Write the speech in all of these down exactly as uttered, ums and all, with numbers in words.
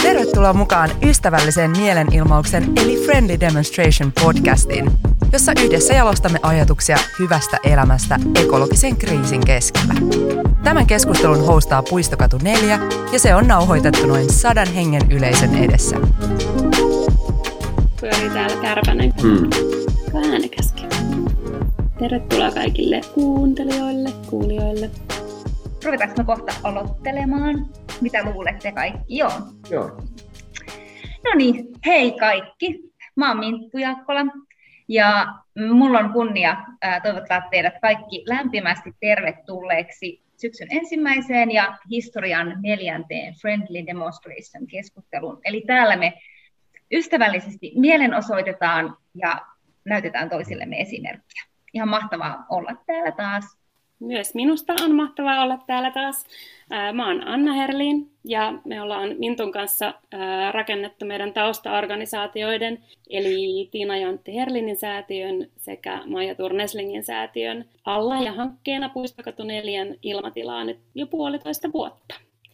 Tervetuloa mukaan ystävällisen mielenilmauksen eli Friendly Demonstration podcastiin, jossa yhdessä jalostamme ajatuksia hyvästä elämästä ekologisen kriisin keskellä. Tämän keskustelun hostaa Puistokatu neljä ja se on nauhoitettu noin sadan hengen yleisön edessä. Pyörii täällä Kärpänen. Hmm. Äänekäskin. Tervetuloa kaikille kuuntelijoille, kuulijoille. Ruvetaanko me kohta aloittelemaan? Mitä luulette kaikki? Joo. Joo. No niin, hei kaikki. Mä oon Minttu Jaakkola ja mulla on kunnia ää, toivottaa teidät kaikki lämpimästi tervetulleeksi syksyn ensimmäiseen ja historian neljänteen Friendly Demonstration -keskusteluun. Eli täällä me ystävällisesti mielenosoitetaan ja näytetään toisillemme esimerkkiä. Ihan mahtavaa olla täällä taas. Myös minusta on mahtavaa olla täällä taas. Mä oon Anna Herlin ja me ollaan Mintun kanssa rakennettu meidän taustaorganisaatioiden eli Tiina Jantti Herlinin säätiön sekä Maija Turneslingin säätiön alla ja hankkeena Puistokatu neljän ilmatilaa nyt jo puolitoista vuotta.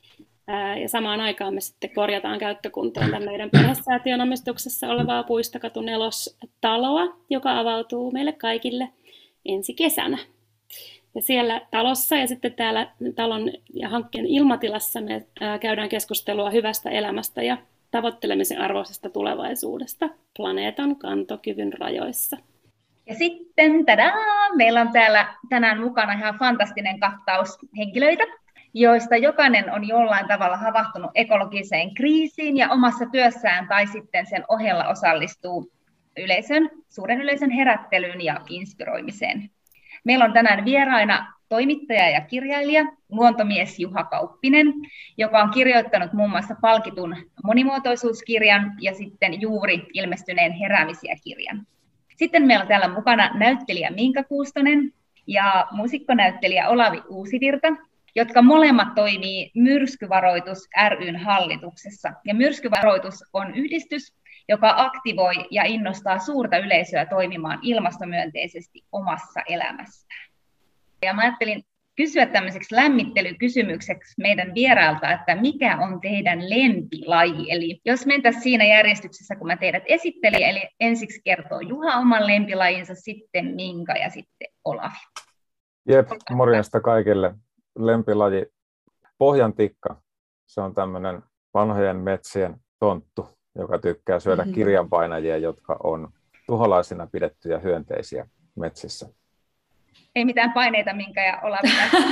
Ja samaan aikaan me sitten korjataan käyttökuntoon tämän meidän perhesäätiön omistuksessa olevaa Puistokatu nelos-taloa, joka avautuu meille kaikille ensi kesänä. Ja siellä talossa ja sitten täällä talon ja hankkeen ilmatilassa me käydään keskustelua hyvästä elämästä ja tavoittelemisen arvoisesta tulevaisuudesta planeetan kantokyvyn rajoissa. Ja sitten tadaa, meillä on täällä tänään mukana ihan fantastinen kattaus henkilöitä, joista jokainen on jollain tavalla havahtunut ekologiseen kriisiin ja omassa työssään tai sitten sen ohella osallistuu yleisön, suuren yleisön herättelyyn ja inspiroimiseen. Meillä on tänään vieraina toimittaja ja kirjailija, luontomies Juha Kauppinen, joka on kirjoittanut muun muassa palkitun monimuotoisuuskirjan ja sitten juuri ilmestyneen Heräämisiä-kirjan. Sitten meillä on täällä mukana näyttelijä Minka Kuustonen ja muusikkonäyttelijä Olavi Uusivirta, jotka molemmat toimii Myrskyvaroitus ry:n hallituksessa. Ja Myrskyvaroitus on yhdistys, joka aktivoi ja innostaa suurta yleisöä toimimaan ilmastomyönteisesti omassa elämässään. Ja mä ajattelin kysyä tämmöiseksi lämmittelykysymykseksi meidän vierailta, että mikä on teidän lempilaji? Eli jos mentäisiin siinä järjestyksessä, kun mä teidät esittelin, eli ensiksi kertoo Juha oman lempilajinsa, sitten Minka ja sitten Olavi. Jep, morjesta kaikille. Lempilaji pohjantikka. Se on tämmöinen vanhojen metsien tonttu, joka tykkää syödä mm-hmm. kirjanpainajia, jotka on tuholaisina pidettyjä hyönteisiä metsissä. Ei mitään paineita, Minka ja Olavi.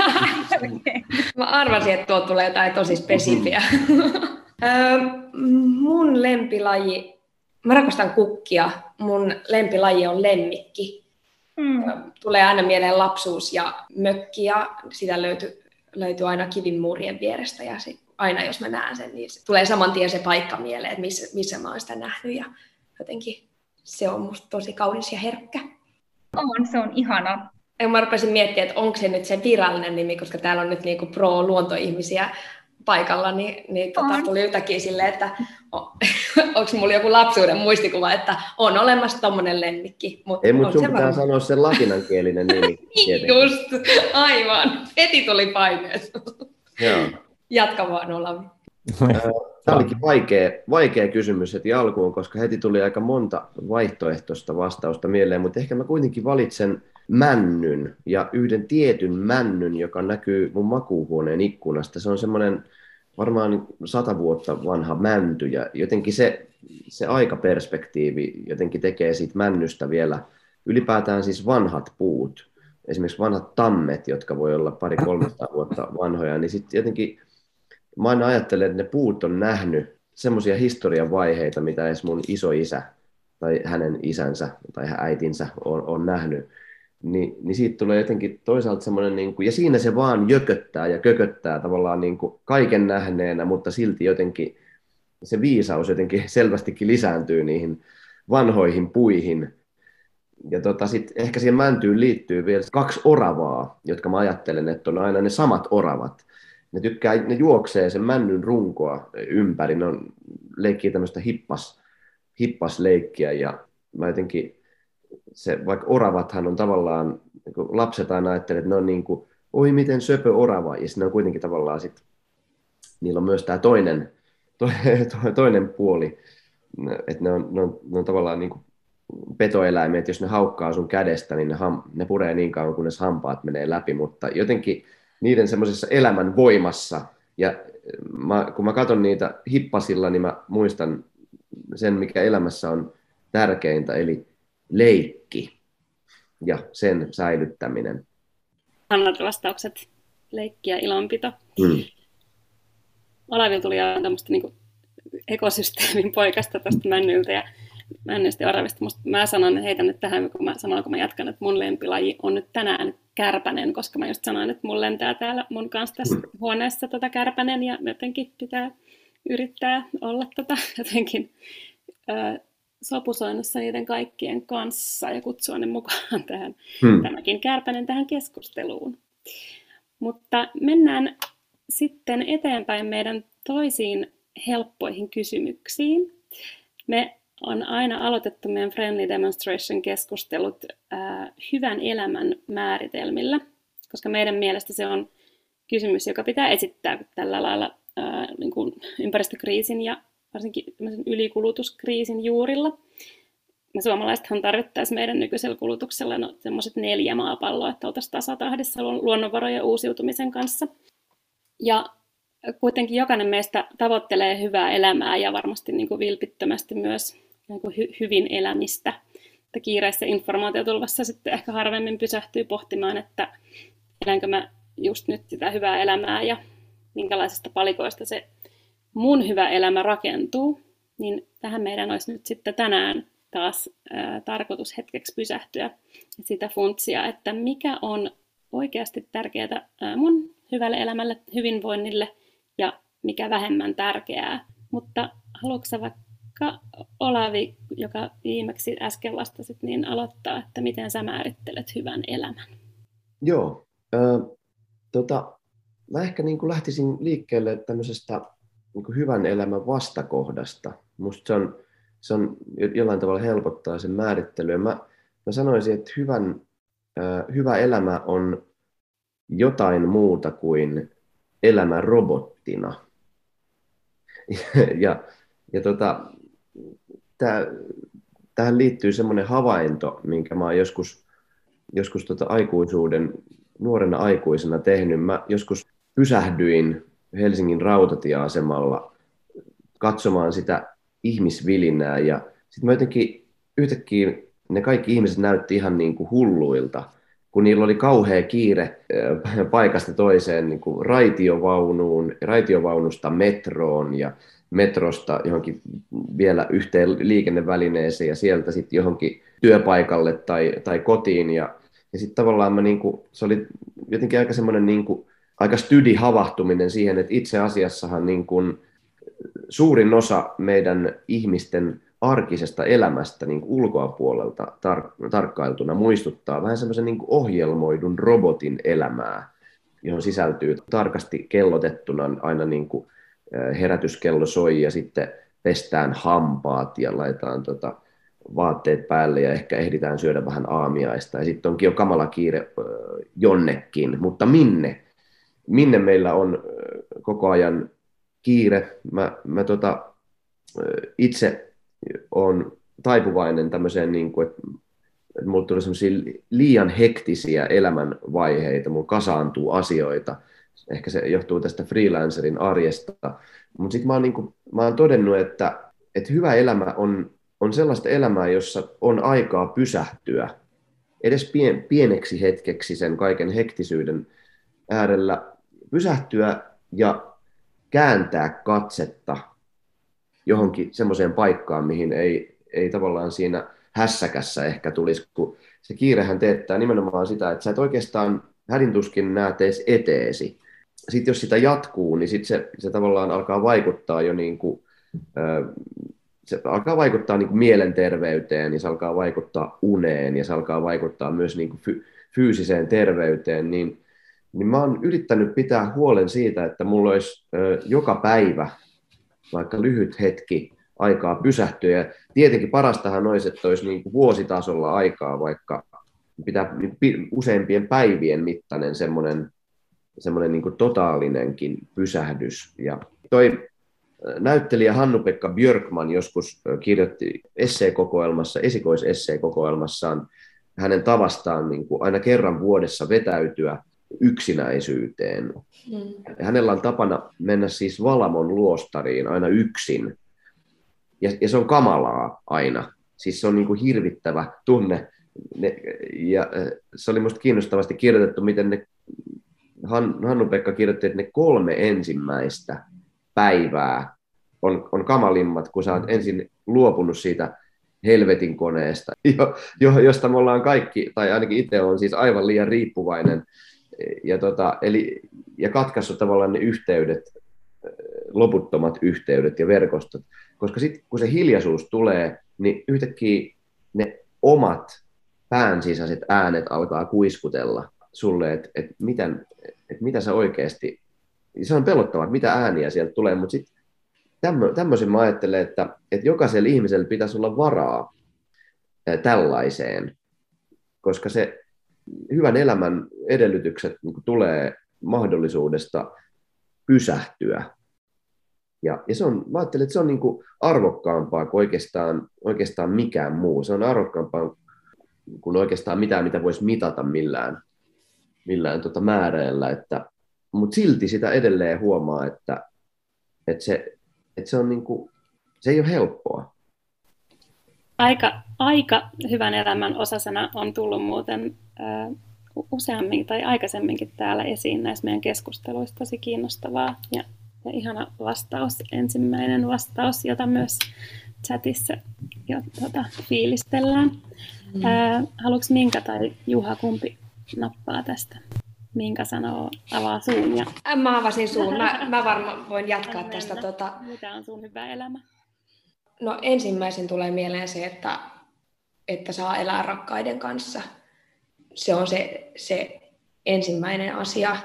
Mä arvasin, että tuolta tulee jotain tosi spesifiä. Mun lempilaji, mä rakastan kukkia, mun lempilaji on lemmikki. Mm. Tulee aina mieleen lapsuus ja mökki ja sitä löytyy, löytyy aina kivinmuurien vierestä ja sit aina jos mä näen sen, niin se tulee saman tien se paikka mieleen, että missä, missä mä oon sitä nähnyt ja jotenkin se on musta tosi kaunis ja herkkä. On, se on ihana. Ja mä rupesin miettimään, että onko se nyt se virallinen nimi, koska täällä on nyt niinku pro-luontoihmisiä paikalla, niin, niin tota, tuli yhtäkkiä silleen, että onko mulla joku lapsuuden muistikuva, että on olemassa tommonen lemmikki. Mut Ei, mutta sun pitää varma. sanoa se latinankielinen nimi. Just, aivan. Heti tuli paineet. Joo. Jatka vaan, Olavi. Tämä olikin vaikea, vaikea kysymys heti alkuun, koska heti tuli aika monta vaihtoehtoista vastausta mieleen, mutta ehkä mä kuitenkin valitsen männyn ja yhden tietyn männyn, joka näkyy mun makuuhuoneen ikkunasta. Se on semmoinen varmaan sata vuotta vanha mänty ja jotenkin se, se aikaperspektiivi jotenkin tekee siitä männystä vielä ylipäätään siis vanhat puut. Esimerkiksi vanhat tammet, jotka voi olla pari kolmesataa vuotta vanhoja, niin sitten jotenkin mä aina ajattelen, että ne puut on nähnyt semmoisia historian vaiheita, mitä edes mun isoisä tai hänen isänsä tai äitinsä on, on nähnyt. Ni, niin siitä tulee jotenkin toisaalta semmoinen, niin kuin, ja siinä se vaan jököttää ja kököttää tavallaan niin kuin kaiken nähneenä, mutta silti jotenkin se viisaus jotenkin selvästikin lisääntyy niihin vanhoihin puihin. Ja tota, sit ehkä siihen mäntyyn liittyy vielä kaksi oravaa, jotka mä ajattelen, että on aina ne samat oravat. Ne tykkää, ne juoksee sen männyn runkoa ympäri, ne on, leikkii tämmöistä hippas, hippasleikkiä ja mä jotenkin, se, vaikka oravathan on tavallaan, niin lapset aina ajattelee, että ne on niin kuin, oi miten söpö orava, ja ne on kuitenkin tavallaan sit, niillä on myös tämä toinen to, to, toinen puoli, että ne on, ne on, ne on tavallaan niin kuin petoeläimet, jos ne haukkaa sun kädestä, niin ne, ham, ne puree niin kauan, kunnes hampaat menee läpi, mutta jotenkin niiden semmoisessa elämän voimassa, ja mä, kun mä katson niitä hippasilla, niin mä muistan sen, mikä elämässä on tärkeintä, eli leikki ja sen säilyttäminen. Annat vastaukset, leikki ja ilonpito. Hmm. Olavilla tuli aivan tämmöistä niin kuin ekosysteemin poikasta tuosta männyltä ja männystä ja oravista. Musta mä sanon, heitän nyt tähän, kun mä, samalla kun mä jatkan, että mun lempilaji on nyt tänään kärpänen, koska mä just sanoin, että mun lentää täällä mun kanssa tässä hmm. huoneessa tota kärpänen ja jotenkin pitää yrittää olla tota jotenkin ö, sopusoinnussa niiden kaikkien kanssa ja kutsua ne mukaan tähän, hmm. tämäkin kärpänen tähän keskusteluun. Mutta mennään sitten eteenpäin meidän toisiin helppoihin kysymyksiin. Me on aina aloitettu meidän Friendly Demonstration-keskustelut äh, hyvän elämän määritelmillä, koska meidän mielestä se on kysymys, joka pitää esittää tällä lailla äh, niin kuin ympäristökriisin ja varsinkin ylikulutuskriisin juurilla. Me suomalaisethan tarvittaisiin meidän nykyisellä kulutuksella no, semmoiset neljä maapalloa, että oltaisiin tasatahdissa luonnonvarojen uusiutumisen kanssa. Ja kuitenkin jokainen meistä tavoittelee hyvää elämää ja varmasti niin kuin vilpittömästi myös niin kuin hy- hyvin elämistä. Että kiireessä informaatiotulvassa sitten ehkä harvemmin pysähtyy pohtimaan, että elänkö mä just nyt sitä hyvää elämää ja minkälaisista palikoista se mun hyvä elämä rakentuu. Niin tähän meidän olisi nyt sitten tänään taas ää, tarkoitus hetkeksi pysähtyä ja sitä funtsia, että mikä on oikeasti tärkeää ää, mun hyvälle elämälle, hyvinvoinnille ja mikä vähemmän tärkeää. Mutta haluatko sä vaikka Olavi, joka viimeksi äsken vastasit, niin aloittaa, että miten sä määrittelet hyvän elämän? Joo. Äh, tota, mä ehkä niin kuin lähtisin liikkeelle tämmöisestä niin kuin hyvän elämän vastakohdasta. Musta se on, se on jollain tavalla helpottaa sen määrittelyä. Mä, mä sanoisin, että hyvän, äh, hyvä elämä on jotain muuta kuin elämä robottina. Ja, ja, ja tota, tää, tähän liittyy semmoinen havainto, minkä mä oon joskus, joskus tota aikuisuuden, nuorena aikuisena tehnyt. Mä joskus pysähdyin Helsingin rautatieasemalla katsomaan sitä ihmisvilinää ja sitten mä jotenkin yhtäkkiä ne kaikki ihmiset näytti ihan niin kuin hulluilta, kun niillä oli kauhea kiire paikasta toiseen niin kuin raitiovaunuun, raitiovaunusta metroon ja metrosta johonkin vielä yhteen liikennevälineeseen ja sieltä sitten johonkin työpaikalle tai, tai kotiin. Ja, ja sitten tavallaan mä niin kuin, se oli jotenkin aika semmoinen niin kuin, aika stydi havahtuminen siihen, että itse asiassahan niin kuin suurin osa meidän ihmisten arkisesta elämästä niin kuin ulkopuolelta tar- tarkkailtuna muistuttaa vähän semmoisen niin kuin ohjelmoidun robotin elämää, johon sisältyy tarkasti kellotettuna aina niin kuin herätyskello soi ja sitten pestään hampaat ja laitetaan tota vaatteet päälle ja ehkä ehditään syödä vähän aamiaista. Ja sitten onkin jo kamala kiire jonnekin, mutta minne? Minne meillä on koko ajan kiire? Mä, mä tota, itse olen taipuvainen tämmöiseen, niin kuin, että, että mulla tulee semmoisia liian hektisiä elämänvaiheita, mulla kasaantuu asioita. Ehkä se johtuu tästä freelancerin arjesta. Mutta sitten mä, niin mä oon todennut, että, että hyvä elämä on, on sellaista elämää, jossa on aikaa pysähtyä edes pien, pieneksi hetkeksi sen kaiken hektisyyden äärellä, pysähtyä ja kääntää katsetta johonkin semmoiseen paikkaan, mihin ei, ei tavallaan siinä hässäkässä ehkä tulisi, kun se kiirehän teettää nimenomaan sitä, että sä et oikeastaan hädintuskin näet edes eteesi. Sitten jos sitä jatkuu, niin sit se, se tavallaan alkaa vaikuttaa jo niin kuin, se alkaa vaikuttaa niin kuin mielenterveyteen, ja se alkaa vaikuttaa uneen, ja se alkaa vaikuttaa myös niin kuin fy, fyysiseen terveyteen, niin, niin mä oon yrittänyt pitää huolen siitä, että mulla olisi ö, joka päivä vaikka lyhyt hetki aikaa pysähtyä, ja tietenkin parastahan olisi, että olisi niin kuin vuositasolla aikaa, vaikka pitää useimpien päivien mittainen semmoinen semmoinen niin kuin totaalinenkin pysähdys. Ja toi näyttelijä Hannu-Pekka Björkman joskus kirjoitti esseekokoelmassa, esikoisesseekokoelmassaan hänen tavastaan niin kuin aina kerran vuodessa vetäytyä yksinäisyyteen. Mm. Hänellä on tapana mennä siis Valamon luostariin aina yksin. Ja, ja se on kamalaa aina. Siis se on niin kuin hirvittävä tunne. Ne, ja se oli musta kiinnostavasti kirjoitettu, miten ne, Han, Hannu-Pekka kirjoitti, että ne kolme ensimmäistä päivää on, on kamalimmat, kun sä oot ensin luopunut siitä helvetin koneesta, jo, jo, josta me ollaan kaikki, tai ainakin itse on siis aivan liian riippuvainen, ja, tota, eli, ja katkaissut tavallaan ne yhteydet, loputtomat yhteydet ja verkostot, koska sitten kun se hiljaisuus tulee, niin yhtäkkiä ne omat pään sisäiset äänet alkaa kuiskutella sulle, että et miten, et mitä sä oikeasti, se on pelottavaa, että mitä ääniä sieltä tulee, mutta sitten tämmöisen mä ajattelen, että, että jokaisella ihmisellä pitäisi olla varaa tällaiseen, koska se hyvän elämän edellytykset niin kuin tulee mahdollisuudesta pysähtyä. Ja, ja se on, mä ajattelen, että se on niin kuin arvokkaampaa kuin oikeastaan, oikeastaan mikään muu. Se on arvokkaampaa kuin oikeastaan mitään, mitä voisi mitata millään, millään tota määreellä. Että, mutta silti sitä edelleen huomaa, että, että, se, että se, on niin kuin, se ei ole helppoa. Aika, aika hyvän elämän osasana on tullut muuten ää, useammin tai aikaisemminkin täällä esiin näissä meidän keskusteluissa. Tosi kiinnostavaa ja, ja ihana vastaus, ensimmäinen vastaus, jota myös chatissa jo tuota, fiilistellään. Mm. Ää, haluatko Minka tai Juha, kumpi nappaa tästä? Minka sanoo, avaa suun. Ja... Mä avasin suun. Mä, mä varmaan voin jatkaa tästä. Tota... Mitä on sun hyvä elämä? No ensimmäisen tulee mieleen se, että, että saa elää rakkaiden kanssa. Se on se, se ensimmäinen asia.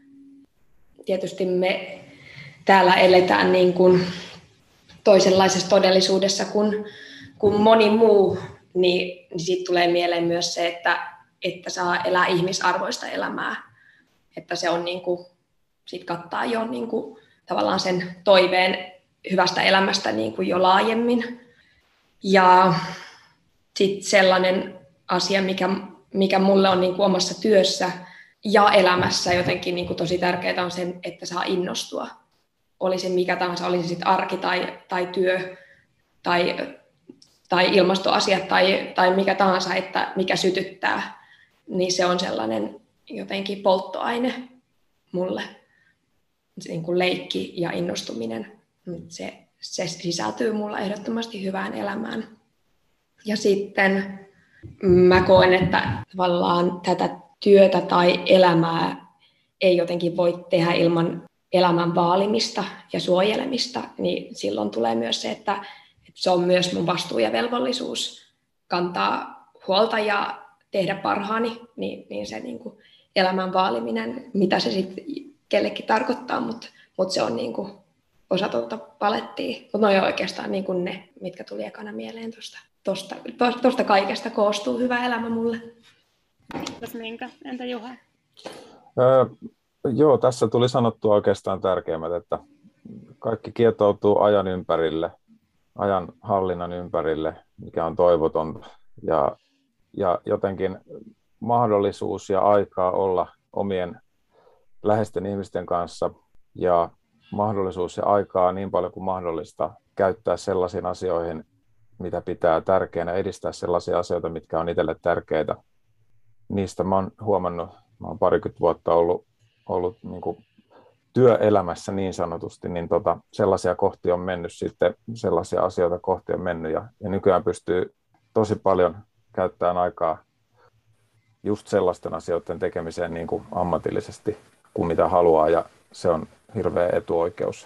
Tietysti me täällä eletään niin kuin toisenlaisessa todellisuudessa kuin, kuin moni muu, niin, niin siitä tulee mieleen myös se, että, että saa elää ihmisarvoista elämää. Että se on niin kuin, sit kattaa jo niin kuin, tavallaan sen toiveen hyvästä elämästä niin kuin jo laajemmin. Ja sitten sellainen asia, mikä, mikä mulle on niin kuin omassa työssä ja elämässä jotenkin niin kuin tosi tärkeää on se, että saa innostua. Oli se mikä tahansa, oli se sitten arki tai, tai työ tai, tai ilmastoasiat tai, tai mikä tahansa, että mikä sytyttää, niin se on sellainen jotenkin polttoaine mulle. Se niin kuin leikki ja innostuminen. Se, se sisältyy mulla ehdottomasti hyvään elämään. Ja sitten mä koen, että tavallaan tätä työtä tai elämää ei jotenkin voi tehdä ilman elämän vaalimista ja suojelemista, niin silloin tulee myös se, että, että se on myös mun vastuu ja velvollisuus kantaa huolta ja tehdä parhaani, niin, niin se niin kuin elämän vaaliminen, mitä se sitten kellekin tarkoittaa, mutta mut se on niin kuin osa tuota palettia. Mutta ne on oikeastaan niin kuin ne, mitkä tuli ekana mieleen tuosta. Tosta, tosta kaikesta koostuu hyvä elämä mulle. Kiitos Minka. Entä Juha? Öö, joo, tässä tuli sanottua oikeastaan tärkeimmät, että kaikki kietoutuu ajan ympärille, ajan hallinnan ympärille, mikä on toivotonta. Ja, ja jotenkin mahdollisuus ja aikaa olla omien läheisten ihmisten kanssa ja mahdollisuus ja aikaa niin paljon kuin mahdollista käyttää sellaisiin asioihin, mitä pitää tärkeänä, edistää sellaisia asioita, mitkä on itselle tärkeitä. Niistä mä oon huomannut, mä oon parikymmentä vuotta ollut, ollut niin kuin työelämässä niin sanotusti, niin tota, sellaisia kohti on mennyt sitten, sellaisia asioita kohti on mennyt ja, ja nykyään pystyy tosi paljon käyttämään aikaa just sellaisten asioiden tekemiseen niin kuin ammatillisesti kuin mitä haluaa ja se on hirveä etuoikeus.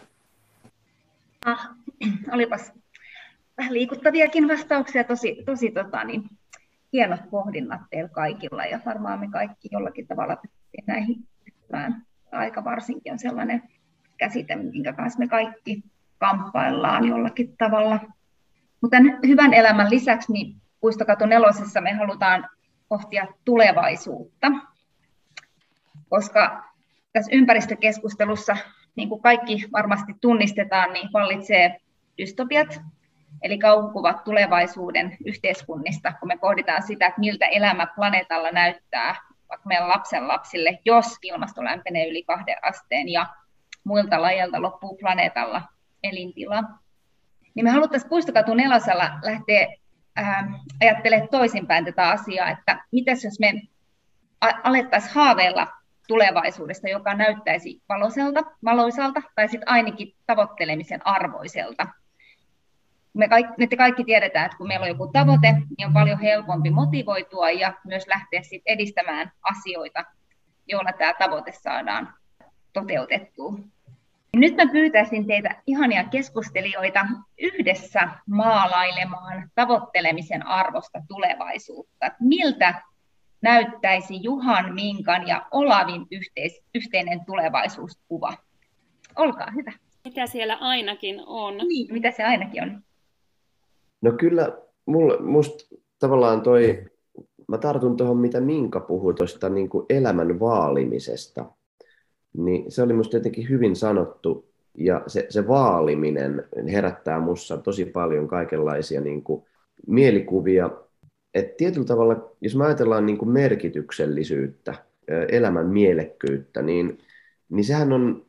Ah, olipas vähän liikuttaviakin vastauksia, tosi, tosi tota, niin, hienot pohdinnat teillä kaikilla ja varmaan me kaikki jollakin tavalla pystyttiin näihin yhtään. Aika varsinkin on sellainen käsite, minkä kanssa me kaikki kamppaillaan jollakin tavalla. Mutta hyvän elämän lisäksi niin Puistokatu nelosessa me halutaan pohtia tulevaisuutta, koska tässä ympäristökeskustelussa niin kuin kaikki varmasti tunnistetaan, niin vallitsee dystopiat, eli kauhukuvat tulevaisuuden yhteiskunnista, kun me pohditaan sitä, että miltä elämä planeetalla näyttää vaikka meidän lapsen lapsille, jos ilmasto lämpenee yli kahden asteen ja muilta lajeilta loppuu planeetalla elintila. Niin me haluttaisiin Puistokatu nelosella lähteä ää, ajattelemaan toisinpäin tätä asiaa, että mitäs jos me alettaisiin haaveilla tulevaisuudesta, joka näyttäisi valoiselta, valoisalta tai sitten ainakin tavoittelemisen arvoiselta. Me kaikki, me kaikki tiedetään, että kun meillä on joku tavoite, niin on paljon helpompi motivoitua ja myös lähteä sit edistämään asioita, joilla tämä tavoite saadaan toteutettua. Nyt mä pyytäisin teitä ihania keskustelijoita yhdessä maalailemaan tavoittelemisen arvosta tulevaisuutta. Miltä näyttäisi Juhan, Minkan ja Olavin yhteis- yhteinen tulevaisuuskuva? Olkaa hyvä. Mitä siellä ainakin on? Niin, mitä se ainakin on? No kyllä, mulla, musta tavallaan toi, mä tartun tuohon, mitä Minka puhui tuosta niin kuin elämän vaalimisesta. Niin se oli musta jotenkin hyvin sanottu, ja se, se vaaliminen herättää mussa tosi paljon kaikenlaisia niin kuin mielikuvia. Et tietyllä tavalla, jos me ajatellaan niin kuin merkityksellisyyttä, elämän mielekkyyttä, niin, niin sehän on,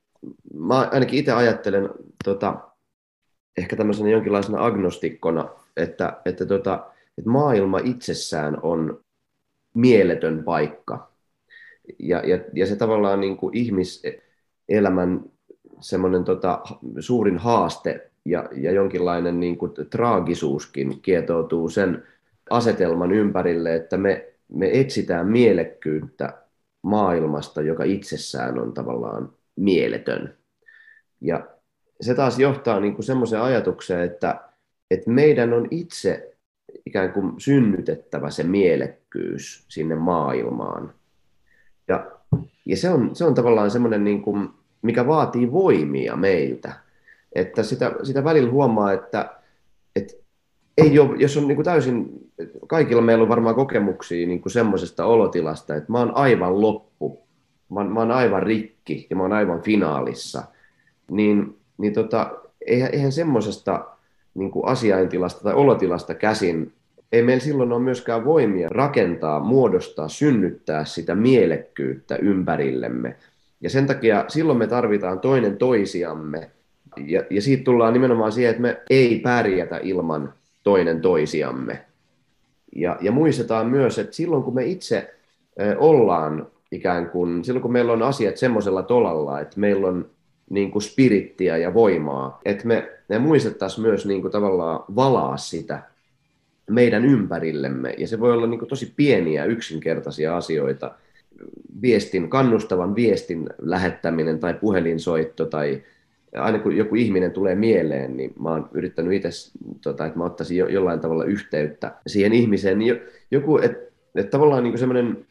mä ainakin itse ajattelen tota, ehkä tämmöisenä jonkinlaisena agnostikkona, että, että, tota, että maailma itsessään on mieletön paikka. Ja, ja, ja se tavallaan niin kuin ihmiselämän semmoinen tota, suurin haaste ja, ja jonkinlainen niin kuin traagisuuskin kietoutuu sen asetelman ympärille, että me, me etsitään mielekkyyttä maailmasta, joka itsessään on tavallaan mieletön. Ja se taas johtaa niin kuin semmoiseen ajatukseen, että, että meidän on itse ikään kuin synnytettävä se mielekkyys sinne maailmaan. Ja, ja se, on, se on tavallaan semmoinen, niin kuin, mikä vaatii voimia meiltä. Että sitä, sitä välillä huomaa, että, että ei ole, jos on niin kuin täysin, kaikilla meillä on varmaan kokemuksia niin kuin semmoisesta olotilasta, että mä oon aivan loppu, mä oon, mä oon aivan rikki ja mä oon aivan finaalissa, niin, niin tota, eihän, eihän semmoisesta niin kuin asiaintilasta tai olotilasta käsin, ei meillä silloin ole myöskään voimia rakentaa, muodostaa, synnyttää sitä mielekkyyttä ympärillemme. Ja sen takia silloin me tarvitaan toinen toisiamme. Ja, ja siitä tullaan nimenomaan siihen, että me ei pärjätä ilman toinen toisiamme. Ja, ja muistetaan myös, että silloin kun me itse ollaan ikään kuin, silloin kun meillä on asiat semmoisella tolalla, että meillä on niin kuin spirittiä ja voimaa, että me, me muistettaisiin myös niin kuin tavallaan valaa sitä meidän ympärillemme. Ja se voi olla niin kuin tosi pieniä, yksinkertaisia asioita. Viestin, kannustavan viestin lähettäminen tai puhelinsoitto tai aina kun joku ihminen tulee mieleen, niin mä oon yrittänyt itse, tota, että mä ottaisin jo, jollain tavalla yhteyttä siihen ihmiseen. Niin joku, että et tavallaan niin kuin semmoinen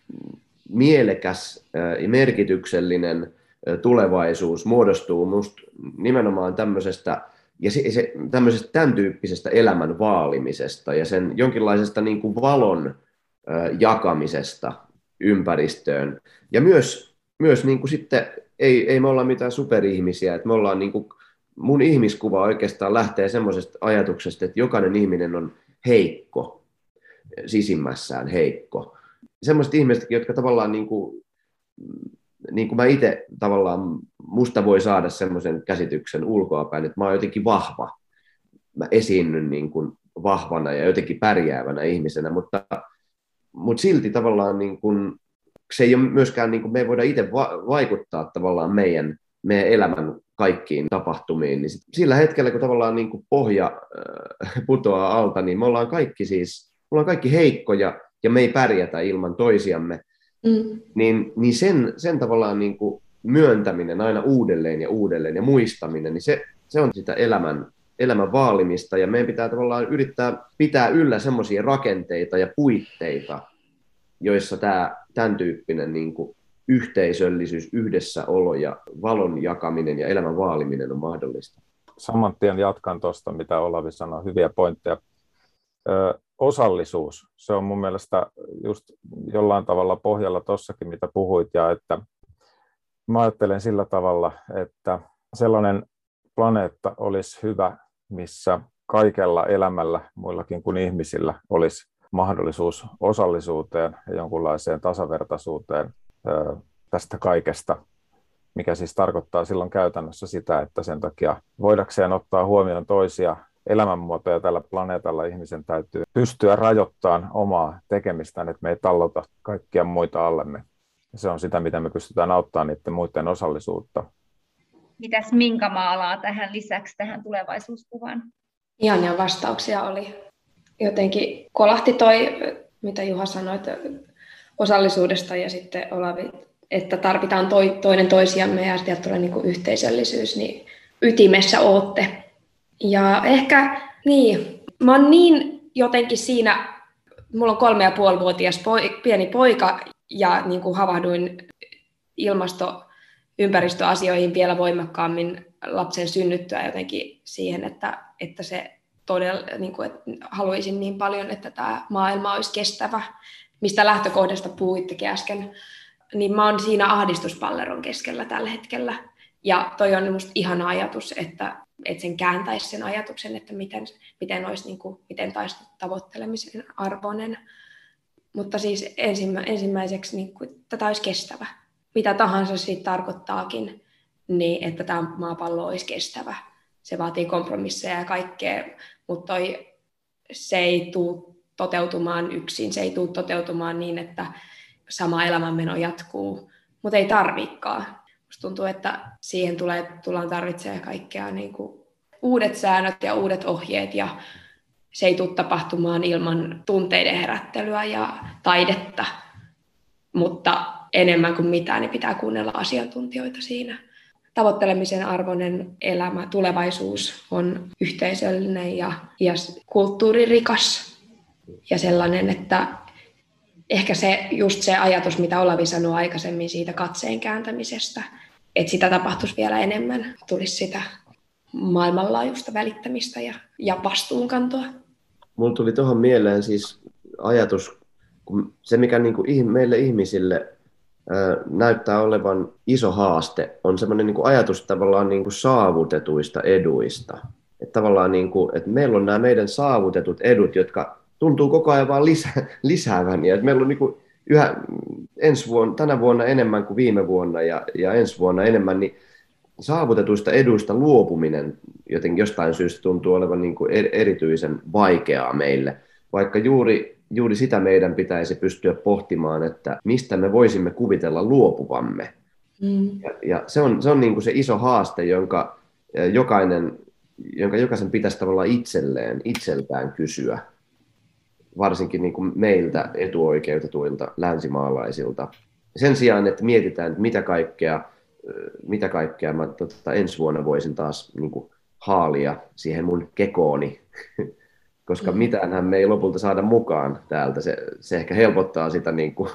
mielekäs ja merkityksellinen tulevaisuus muodostuu musta nimenomaan tämmöisestä, ja se, se, tämmöisestä tämän tyyppisestä elämän vaalimisesta ja sen jonkinlaisesta niin kuin valon äh, jakamisesta ympäristöön. Ja myös, myös niin kuin sitten, ei, ei me olla mitään superihmisiä, että me ollaan niin kuin, mun ihmiskuva oikeastaan lähtee semmoisesta ajatuksesta, että jokainen ihminen on heikko, sisimmässään heikko. Semmoiset ihmiset, jotka tavallaan niin kuin, niin kuin mä itse tavallaan, musta voi saada semmoisen käsityksen ulkoapäin, että mä oon jotenkin vahva. Mä esiinnyn niin kuin vahvana ja jotenkin pärjäävänä ihmisenä, mutta, mutta silti tavallaan niin kuin, se ei ole myöskään, niin kuin me ei voida itse va- vaikuttaa tavallaan meidän, meidän elämän kaikkiin tapahtumiin. Niin sit, sillä hetkellä, kun tavallaan niin kuin pohja äh, putoaa alta, niin me ollaan kaikki siis, me ollaan kaikki heikkoja ja me ei pärjätä ilman toisiamme. Mm. Niin, niin sen, sen tavallaan niin kuin myöntäminen aina uudelleen ja uudelleen ja muistaminen, niin se, se on sitä elämän, elämän vaalimista ja meidän pitää tavallaan yrittää pitää yllä semmoisia rakenteita ja puitteita, joissa tämä, tämän tyyppinen niin kuin yhteisöllisyys, yhdessäolo ja valon jakaminen ja elämän vaaliminen on mahdollista. Saman tien jatkan tuosta, mitä Olavi sanoi, hyviä pointteja. Ö, osallisuus, se on mun mielestä just jollain tavalla pohjalla tuossakin, mitä puhuit, ja että mä ajattelen sillä tavalla, että sellainen planeetta olisi hyvä, missä kaikella elämällä, muillakin kuin ihmisillä, olisi mahdollisuus osallisuuteen ja jonkunlaiseen tasavertaisuuteen tästä kaikesta, mikä siis tarkoittaa silloin käytännössä sitä, että sen takia voidakseen ottaa huomioon toisia elämänmuotoja tällä planeetalla ihmisen täytyy pystyä rajoittamaan omaa tekemistään, että me ei tallota kaikkia muita allemme. Se on sitä, miten me pystytään auttamaan niiden muiden osallisuutta. Mitäs Minka maalaa tähän lisäksi tähän tulevaisuuskuvaan? Ihania vastauksia oli. Jotenkin kolahti toi, mitä Juha sanoi osallisuudesta ja sitten Olavi, että tarvitaan toi, toinen toisiamme ja sieltä tulee niin kuin yhteisöllisyys, niin ytimessä ootte. Ja ehkä, niin, mä oon niin jotenkin siinä, mulla on kolme ja puolivuotias poi, pieni poika ja niin kuin havahduin ilmasto- ympäristöasioihin vielä voimakkaammin lapsen synnyttyä jotenkin siihen, että, että se todella, niin kuin, että haluaisin niin paljon, että tämä maailma olisi kestävä, mistä lähtökohdasta puhuittekin äsken, niin mä oon siinä ahdistuspalleron keskellä tällä hetkellä. Ja toi on musta ihana ajatus, että, että sen kääntäisi sen ajatuksen, että miten, miten olisi niin kuin, miten taisi tavoittelemisen arvoinen. Mutta siis ensimmä, ensimmäiseksi, niin kuin, että tämä olisi kestävä. Mitä tahansa siitä tarkoittaakin, niin että tämä maapallo olisi kestävä. Se vaatii kompromisseja ja kaikkea, mutta toi, se ei tule toteutumaan yksin, se ei tule toteutumaan niin, että sama elämänmeno jatkuu, mutta ei tarvikaan. Musta tuntuu, että siihen tulee, tullaan tarvitsemaan kaikkea niin kuin uudet säännöt ja uudet ohjeet, ja se ei tule tapahtumaan ilman tunteiden herättelyä ja taidetta, mutta enemmän kuin mitään, niin pitää kuunnella asiantuntijoita siinä. Tavoittelemisen arvoinen elämä, tulevaisuus on yhteisöllinen ja, ja kulttuuririkas ja sellainen, että ehkä se, just se ajatus, mitä Olavi sanoi aikaisemmin siitä katseen kääntämisestä, että sitä tapahtuisi vielä enemmän, tulisi sitä maailmanlaajuista välittämistä ja, ja vastuunkantoa. Mulla tuli tuohon mieleen siis ajatus, se mikä niin kuin meille ihmisille näyttää olevan iso haaste, on semmoinen niin kuin ajatus tavallaan niin kuin saavutetuista eduista. Että tavallaan niin kuin, että meillä on nämä meidän saavutetut edut, jotka tuntuu koko ajan vaan lisä, lisäävän. Ja että meillä on niin kuin yhä ensi vuonna, tänä vuonna enemmän kuin viime vuonna ja, ja ensi vuonna enemmän, niin saavutetuista eduista luopuminen jotenkin jostain syystä tuntuu olevan niin kuin erityisen vaikeaa meille, vaikka juuri Juuri sitä meidän pitäisi pystyä pohtimaan, että mistä me voisimme kuvitella luopuvamme. Mm. Ja, ja se on, se on niin kuin se iso haaste, jonka jokainen, jonka jokaisen pitäisi tavallaan itselleen, itseltään kysyä, varsinkin niin kuin meiltä etuoikeutetuilta länsimaalaisilta. Sen sijaan, että mietitään, että mitä kaikkea, mitä kaikkea mä tota, ensi vuonna voisin taas niin kuin haalia siihen mun kekooni, koska mitäänhän me ei lopulta saada mukaan täältä. Se, se ehkä helpottaa sitä niin kuin,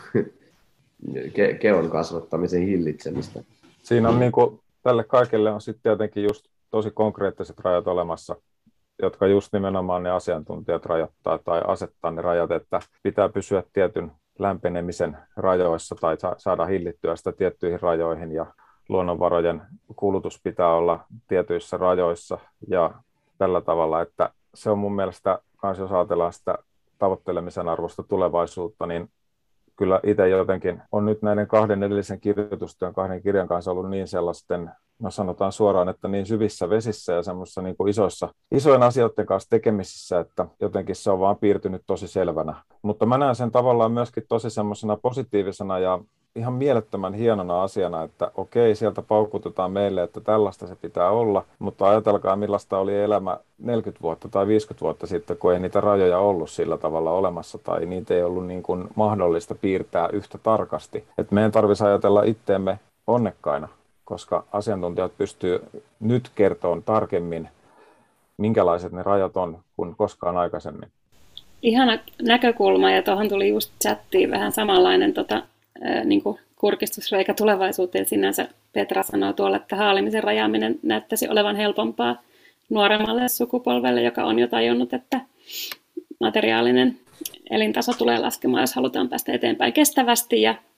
ke, keon kasvattamisen hillitsemistä. Siinä on niin kuin, tälle kaikille on sitten tietenkin just tosi konkreettiset rajat olemassa, jotka just nimenomaan ne asiantuntijat rajoittaa tai asettaa ne rajat, että pitää pysyä tietyn lämpenemisen rajoissa tai saada hillittyä sitä tiettyihin rajoihin ja luonnonvarojen kulutus pitää olla tietyissä rajoissa ja tällä tavalla, että se on mun mielestä, kans jos ajatellaan sitä tavoittelemisen arvosta tulevaisuutta, niin kyllä itse jotenkin on nyt näiden kahden edellisen kirjoitustyön, kahden kirjan kanssa ollut niin sellaisten, no sanotaan suoraan, että niin syvissä vesissä ja semmoisissa niin kuin isoissa, isojen asioiden kanssa tekemisissä, että jotenkin se on vaan piirtynyt tosi selvänä. Mutta mä näen sen tavallaan myöskin tosi semmoisena positiivisena ja ihan mielettömän hienona asiana, että okei, sieltä paukutetaan meille, että tällaista se pitää olla, mutta ajatelkaa millaista oli elämä neljäkymmentä vuotta tai viisikymmentä vuotta sitten, kun ei niitä rajoja ollut sillä tavalla olemassa tai niitä ei ollut niin kuin mahdollista piirtää yhtä tarkasti. Että meidän tarvitsisi ajatella itteemme onnekkaina, koska asiantuntijat pystyy nyt kertomaan tarkemmin, minkälaiset ne rajat on kuin koskaan aikaisemmin. Ihana näkökulma, ja tuohon tuli just chattiin vähän samanlainen tota, äh, niin kuin kurkistusreikä tulevaisuuteen. Sinänsä Petra sanoo tuolla, että haalimisen rajaaminen näyttäisi olevan helpompaa nuoremmalle sukupolvelle, joka on jo tajunnut, että materiaalinen elintaso tulee laskemaan, jos halutaan päästä eteenpäin kestävästi. Ja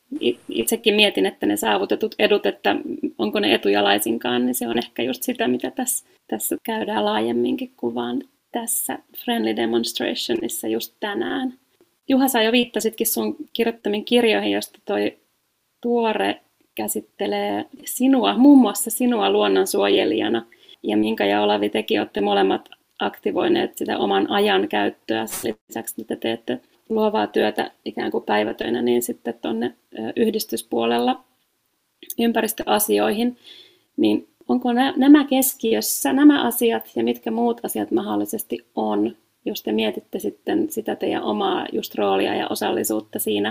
itsekin mietin, että ne saavutetut edut, että onko ne etuja laisinkaan, niin se on ehkä just sitä, mitä tässä, tässä käydään laajemminkin kuvaan tässä Friendly Demonstrationissa just tänään. Juha, sä jo viittasitkin sun kirjoittamiin kirjoihin, josta toi tuore käsittelee sinua, muun muassa sinua luonnonsuojelijana. Ja Minka ja Olavi, tekin olette molemmat aktivoineet sitä oman ajan käyttöä. Lisäksi te teette luovaa työtä ikään kuin päivätöinä, niin sitten tuonne yhdistyspuolella ympäristöasioihin. Niin onko nämä keskiössä, nämä asiat ja mitkä muut asiat mahdollisesti on, jos te mietitte sitten sitä teidän omaa just roolia ja osallisuutta siinä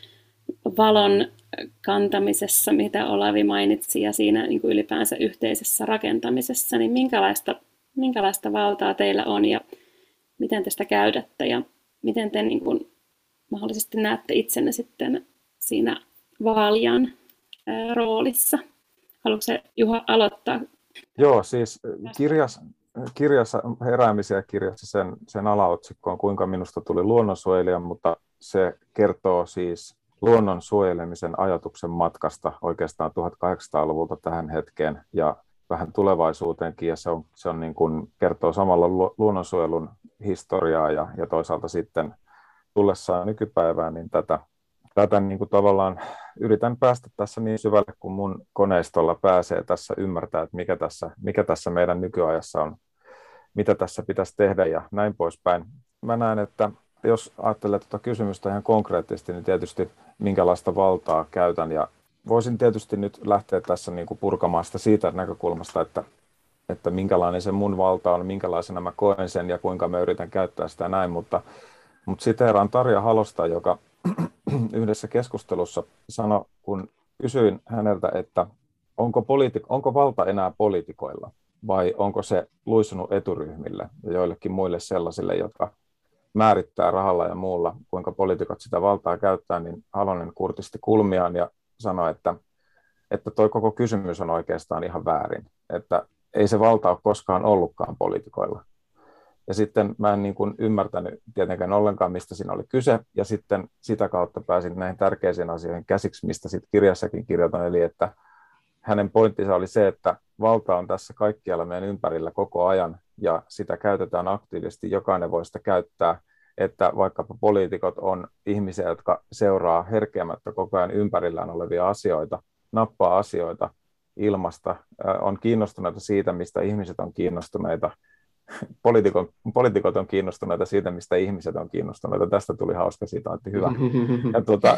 valon kantamisessa, mitä Olavi mainitsi, ja siinä niin kuin ylipäänsä yhteisessä rakentamisessa, niin minkälaista, minkälaista valtaa teillä on ja miten te sitä käytätte ja miten te niin kuin mahdollisesti näette itsenne sitten siinä vaalijan ää, roolissa. Haluatko Juha aloittaa? Joo, siis kirjas, kirjassa heräämisiä kirjassa sen, sen alaotsikko on Kuinka minusta tuli luonnonsuojelija, mutta se kertoo siis luonnon suojelemisen ajatuksen matkasta oikeastaan tuhatkahdeksansataaluvulta tähän hetkeen ja vähän tulevaisuuteenkin, ja se, on, se on niin kuin, kertoo samalla luonnonsuojelun historiaa ja, ja toisaalta sitten tullessaan nykypäivään, niin tätä, tätä niin kuin tavallaan yritän päästä tässä niin syvälle, kun mun koneistolla pääsee tässä ymmärtää, että mikä tässä, mikä tässä meidän nykyajassa on, mitä tässä pitäisi tehdä ja näin poispäin. Mä näen, että jos ajattelee tuota kysymystä ihan konkreettisesti, niin tietysti minkälaista valtaa käytän. Ja voisin tietysti nyt lähteä tässä niin kuin purkamaan sitä siitä näkökulmasta, että, että minkälainen se mun valta on, minkälaisena mä koen sen ja kuinka mä yritän käyttää sitä näin. Mutta, mutta siteeraan Tarja Halosta, joka yhdessä keskustelussa sanoi, kun kysyin häneltä, että onko, poliiti- onko valta enää poliitikoilla vai onko se luisunut eturyhmille ja joillekin muille sellaisille, jotka määrittää rahalla ja muulla, kuinka poliitikot sitä valtaa käyttää, niin Halonen kurtisti kulmiaan ja sanoi, että, että toi koko kysymys on oikeastaan ihan väärin, että ei se valta ole koskaan ollutkaan poliitikoilla. Ja sitten mä en niin kuin ymmärtänyt tietenkään ollenkaan, mistä siinä oli kyse, ja sitten sitä kautta pääsin näihin tärkeisiin asioihin käsiksi, mistä sitten kirjassakin kirjoitan, eli että hänen pointtinsa oli se, että valta on tässä kaikkialla meidän ympärillä koko ajan, ja sitä käytetään aktiivisesti, jokainen voi sitä käyttää, että vaikkapa poliitikot on ihmisiä, jotka seuraa herkeämättä koko ajan ympärillään olevia asioita, nappaa asioita ilmasta, on kiinnostuneita siitä, mistä ihmiset on kiinnostuneita, poliitikot, poliitikot on kiinnostuneita siitä, mistä ihmiset on kiinnostuneita. Tästä tuli hauska sitaatti, hyvä. Ja tuota,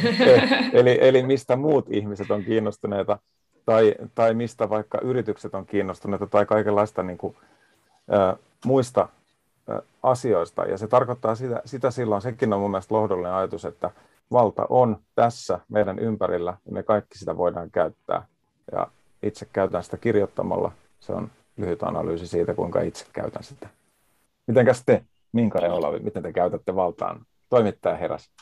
eli, eli mistä muut ihmiset on kiinnostuneita, tai, tai mistä vaikka yritykset on kiinnostuneita, tai kaikenlaista niin kuin, ä, muista ä, asioista. Ja se tarkoittaa sitä, sitä silloin, sekin on mun mielestä lohdollinen ajatus, että valta on tässä meidän ympärillä, ja me kaikki sitä voidaan käyttää. Ja itse käytän sitä kirjoittamalla. Se on lyhyt analyysi siitä, kuinka itse käytän sitä. Mitenkäs te, Minka ja Olavi, miten te käytätte valtaan? Toimittaja heräs.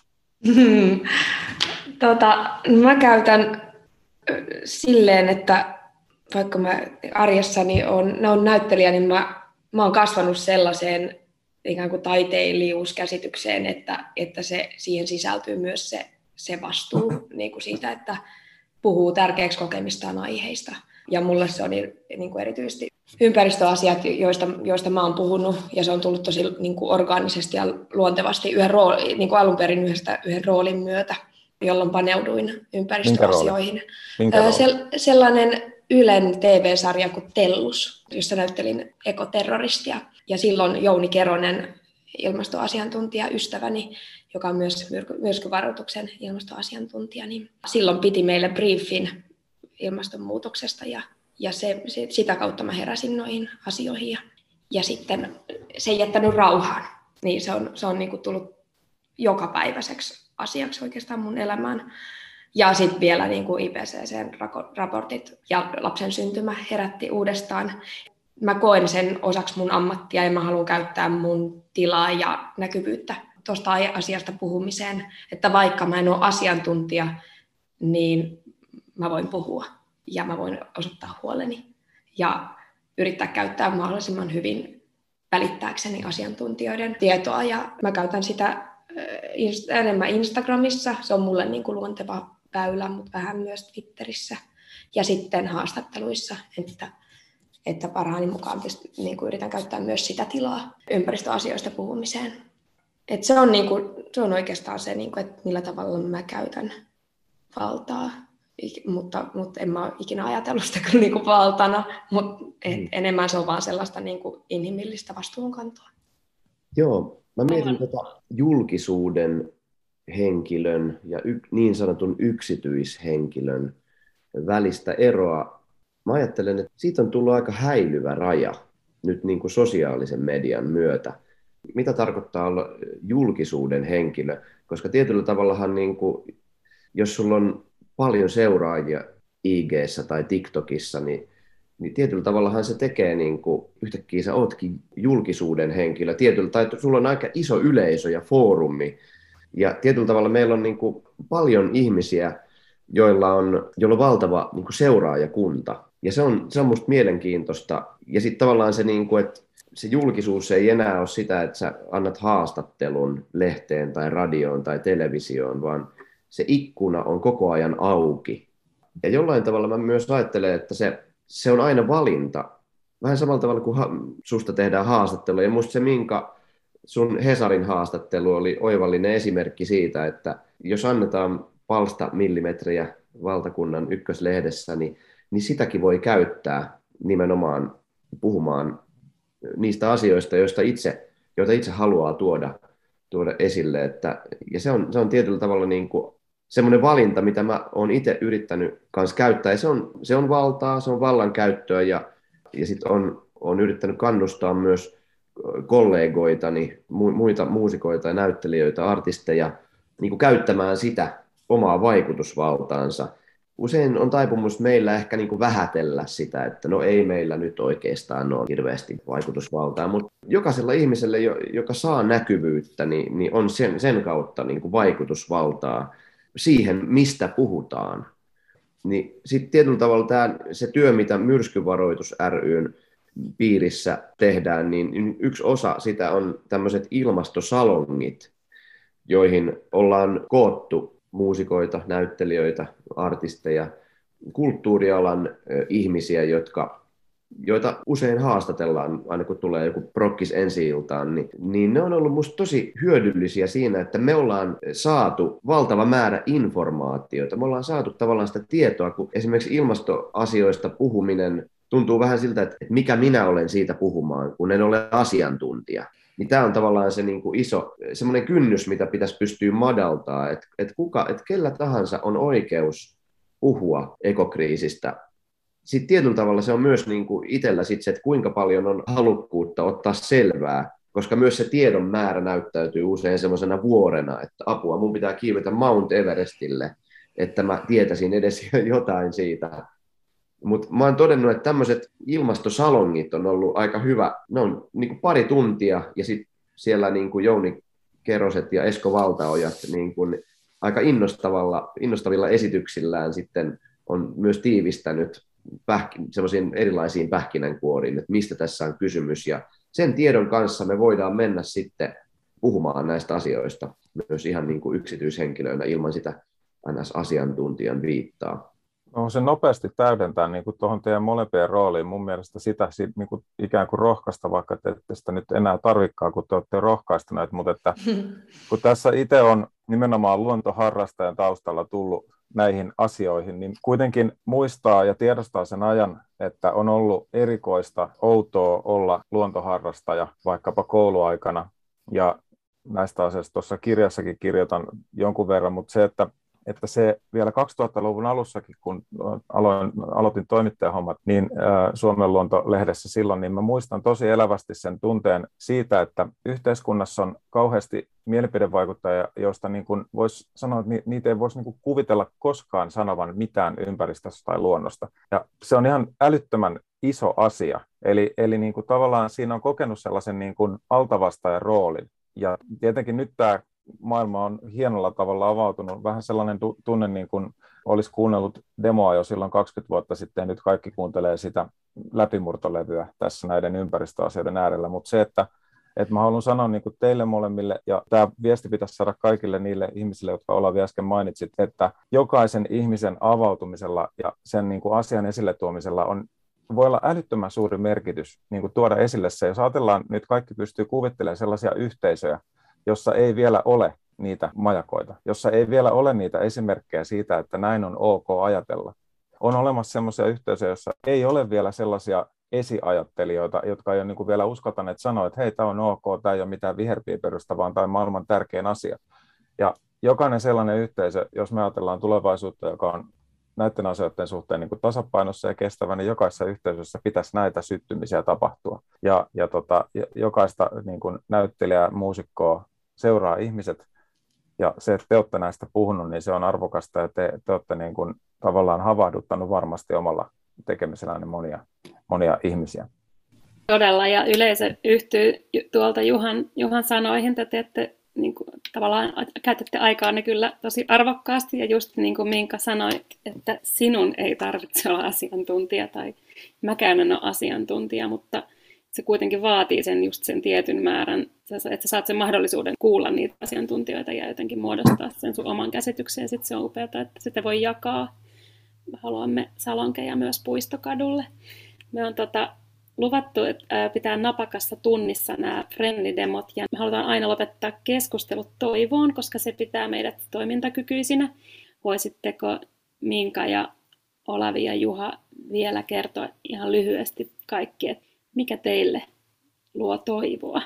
Tota, mä käytän silleen, että vaikka mä arjessani on, on näyttelijä, niin mä, mä oon kasvanut sellaiseen ikään kuin taiteilijuuskäsitykseen, että, että se, siihen sisältyy myös se, se vastuu niin kuin siitä, että puhuu tärkeäksi kokemistaan aiheista. Ja mulle se on niin kuin erityisesti ympäristöasiat, joista, joista mä oon puhunut, ja se on tullut tosi niin kuin orgaanisesti ja luontevasti yhden rooli, niin kuin alun perin yhdestä, yhden roolin myötä, jolloin paneuduin ympäristöasioihin. Minkä rooli? Se, sellainen Ylen T V-sarja kuin Tellus, jossa näyttelin ekoterroristia. Ja silloin Jouni Keronen, ilmastoasiantuntija, ystäväni, joka on myös myrskyvaroituksen ilmastoasiantuntija, niin silloin piti meille briefin ilmastonmuutoksesta, ja, ja se, se, sitä kautta mä heräsin noihin asioihin. Ja, ja sitten se ei jättänyt rauhaan. Niin se on, se on niin kuin tullut jokapäiväiseksi asiaksi oikeastaan mun elämään. Ja sitten vielä niin kuin I P C C-raportit ja lapsen syntymä herätti uudestaan. Mä koen sen osaksi mun ammattia ja mä haluan käyttää mun tilaa ja näkyvyyttä tuosta asiasta puhumiseen. Että vaikka mä en ole asiantuntija, niin mä voin puhua ja mä voin osoittaa huoleni ja yrittää käyttää mahdollisimman hyvin välittääkseni asiantuntijoiden tietoa. Ja mä käytän sitä enemmän Instagramissa. Se on mulle niin kuin luonteva väylä, mutta vähän myös Twitterissä ja sitten haastatteluissa, että, että parhaani mukaan tietysti, niin kuin yritän käyttää myös sitä tilaa ympäristöasioista puhumiseen. Et se, on, niin kuin, se on oikeastaan se, niin kuin, että millä tavalla mä käytän valtaa, mutta, mutta en mä ole ikinä ajatellut sitä kyllä niin kuin valtana, mutta mm. enemmän se on vaan sellaista niin kuin inhimillistä vastuunkantoa. Joo, mä mietin tota julkisuuden henkilön ja y- niin sanotun yksityishenkilön välistä eroa. Mä ajattelen, että siitä on tullut aika häilyvä raja nyt niin kuin sosiaalisen median myötä. Mitä tarkoittaa olla julkisuuden henkilö? Koska tietyllä tavallahan, niin kuin, jos sulla on paljon seuraajia I G:ssä tai TikTokissa, niin, niin tietyllä tavallahan se tekee, niin kuin, yhtäkkiä sä ootkin julkisuuden henkilö. Tietyllä, tai sulla on aika iso yleisö ja foorumi. Ja tietyllä tavalla meillä on niin kuin, paljon ihmisiä, joilla on, joilla on valtava niin kuin seuraajakunta. Ja se on, se on musta mielenkiintoista. Ja sitten tavallaan se, niin kuin, että se julkisuus ei enää ole sitä, että sä annat haastattelun lehteen tai radioon tai televisioon, vaan se ikkuna on koko ajan auki. Ja jollain tavalla mä myös ajattelen, että se, se on aina valinta. Vähän samalla tavalla kuin ha- susta tehdään haastattelua. Ja musta se, minkä sun Hesarin haastattelu oli oivallinen esimerkki siitä, että jos annetaan palsta millimetrejä valtakunnan ykköslehdessä, niin, niin sitäkin voi käyttää nimenomaan puhumaan niistä asioista, joista itse, joita itse haluaa tuoda, tuoda esille. Että, ja se on, se on tietyllä tavalla niin kuin semmoinen valinta, mitä mä oon itse yrittänyt kanssa käyttää. Ja se on, se on valtaa, se on vallankäyttöä ja, ja sitten on, on yrittänyt kannustaa myös kollegoitani, muita muusikoita ja näyttelijöitä, artisteja, niin kuin käyttämään sitä omaa vaikutusvaltaansa. Usein on taipumus meillä ehkä niin kuin vähätellä sitä, että no ei meillä nyt oikeastaan ole hirveästi vaikutusvaltaa, mutta jokaisella ihmisellä, joka saa näkyvyyttä, niin, niin on sen, sen kautta niin kuin vaikutusvaltaa siihen, mistä puhutaan. Niin sitten tietyllä tavalla tämä, se työ, mitä Myrskyvaroitus ry:n piirissä tehdään, niin yksi osa sitä on tämmöiset ilmastosalongit, joihin ollaan koottu muusikoita, näyttelijöitä, artisteja, kulttuurialan ihmisiä, jotka, joita usein haastatellaan, aina kun tulee joku prokkis ensi-iltaan, niin, niin ne on ollut musta tosi hyödyllisiä siinä, että me ollaan saatu valtava määrä informaatiota. Me ollaan saatu tavallaan sitä tietoa, kun esimerkiksi ilmastoasioista puhuminen tuntuu vähän siltä, että mikä minä olen siitä puhumaan, kun en ole asiantuntija. Niin tämä on tavallaan se niin kuin iso, semmoinen kynnys, mitä pitäisi pystyä madaltaa, että, että, kuka, että kellä tahansa on oikeus puhua ekokriisistä. Sitten tietyllä tavalla se on myös niin kuin itsellä sit se, että kuinka paljon on halukkuutta ottaa selvää, koska myös se tiedon määrä näyttäytyy usein semmoisena vuorena, että apua, mun pitää kiivetä Mount Everestille, että mä tietäisin edes jotain siitä. Mutta mä oon todennut, että tämmöiset ilmastosalongit on ollut aika hyvä. Ne on niin kuin pari tuntia ja sitten siellä niin kuin Jouni Keroset ja Esko Valtaojat niin kuin aika innostavalla, innostavilla esityksillään sitten on myös tiivistänyt pähki, semmoisiin erilaisiin pähkinänkuoriin, että mistä tässä on kysymys. Ja sen tiedon kanssa me voidaan mennä sitten puhumaan näistä asioista myös ihan niin kuin yksityishenkilöinä ilman sitä N S-asiantuntijan viittaa. No, se nopeasti täydentää niin kuin tuohon teidän molempien rooliin. Mun mielestä sitä niin kuin ikään kuin rohkaista, vaikka te ette sitä nyt enää tarvikaan, kun te olette rohkaistuneet. Mutta että, kun tässä itse on nimenomaan luontoharrastajan taustalla tullut näihin asioihin, niin kuitenkin muistaa ja tiedostaa sen ajan, että on ollut erikoista, outoa olla luontoharrastaja vaikkapa kouluaikana. Ja näistä asioista tuossa kirjassakin kirjoitan jonkun verran, mutta se, että että se vielä kaksituhattaluvun alussakin, kun aloin, aloitin toimittajahommat, niin ä, Suomen Luonto-lehdessä silloin, niin mä muistan tosi elävästi sen tunteen siitä, että yhteiskunnassa on kauheasti mielipidevaikuttajia, joista niin kuin voisi sanoa, että niitä ei voisi niin kuin kuvitella koskaan sanovan mitään ympäristöstä tai luonnosta. Ja se on ihan älyttömän iso asia. Eli, eli niin kuin tavallaan siinä on kokenut sellaisen niin kuin altavastaajan roolin. Ja tietenkin nyt tämä maailma on hienolla tavalla avautunut. Vähän sellainen tunne, niin kuin olisi kuunnellut demoa jo silloin kaksikymmentä vuotta sitten, ja nyt kaikki kuuntelee sitä läpimurtolevyä tässä näiden ympäristöasioiden äärellä. Mutta se, että, Et mä haluan sanoa niin kuin teille molemmille, ja tämä viesti pitäisi saada kaikille niille ihmisille, jotka Olavi äsken mainitsit, että jokaisen ihmisen avautumisella ja sen niin kuin asian esille tuomisella on, voi olla älyttömän suuri merkitys niin kuin tuoda esille se. Jos ajatellaan, nyt kaikki pystyy kuvittelemaan sellaisia yhteisöjä, jossa ei vielä ole niitä majakoita, jossa ei vielä ole niitä esimerkkejä siitä, että näin on ok ajatella. On olemassa sellaisia yhteisöjä, joissa ei ole vielä sellaisia esiajattelijoita, jotka ei ole niin kuin vielä uskaltaneet sanoa, että hei, tämä on ok, tämä ei ole mitään viherpiiperystä, vaan tämä on maailman tärkein asia. Ja jokainen sellainen yhteisö, jos me ajatellaan tulevaisuutta, joka on näiden asioiden suhteen niin kuin tasapainossa ja kestävä, niin jokaisessa yhteisössä pitäisi näitä syttymisiä tapahtua. Ja, ja tota, jokaista niin kuin näyttelijää, muusikkoa seuraa ihmiset, ja se, että te olette näistä puhunut, niin se on arvokasta, ja te, te olette niin kuin tavallaan havahduttanut varmasti omalla tekemisellään monia, monia ihmisiä. Todella, ja yleisö yhtyy tuolta Juhan, Juhan sanoihin, että te teette, niin kuin, tavallaan käytätte aikaanne kyllä tosi arvokkaasti, ja just niin kuin Minka sanoi, että sinun ei tarvitse olla asiantuntija, tai mäkään en ole asiantuntija, mutta se kuitenkin vaatii sen just sen tietyn määrän, että sä saat sen mahdollisuuden kuulla niitä asiantuntijoita ja jotenkin muodostaa sen sun oman käsityksen, ja sitten se on upeaa, että sitä voi jakaa. Me haluamme salonkeja myös Puistokadulle. Me on tota, luvattu, että pitää napakassa tunnissa nämä friendly-demot, ja me halutaan aina lopettaa keskustelut toivoon, koska se pitää meidät toimintakykyisinä. Voisitteko Minka ja Olavi ja Juha vielä kertoa ihan lyhyesti kaikki, että mikä teille luo toivoa?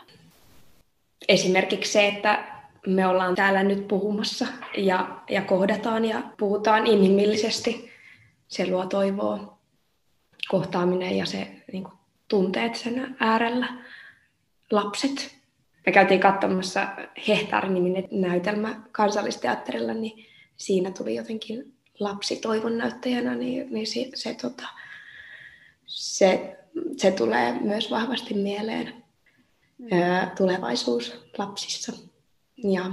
Esimerkiksi se, että me ollaan täällä nyt puhumassa ja, ja kohdataan ja puhutaan inhimillisesti. Se luo toivoa, kohtaaminen ja se niin kuin, tunteet sen äärellä. Lapset. Me käytiin katsomassa Hehtaari-niminen näytelmä Kansallisteatterilla, niin siinä tuli jotenkin lapsi toivon näyttäjänä, niin, niin se, se, tota, se, se tulee myös vahvasti mieleen. Tulevaisuus lapsissa. Ja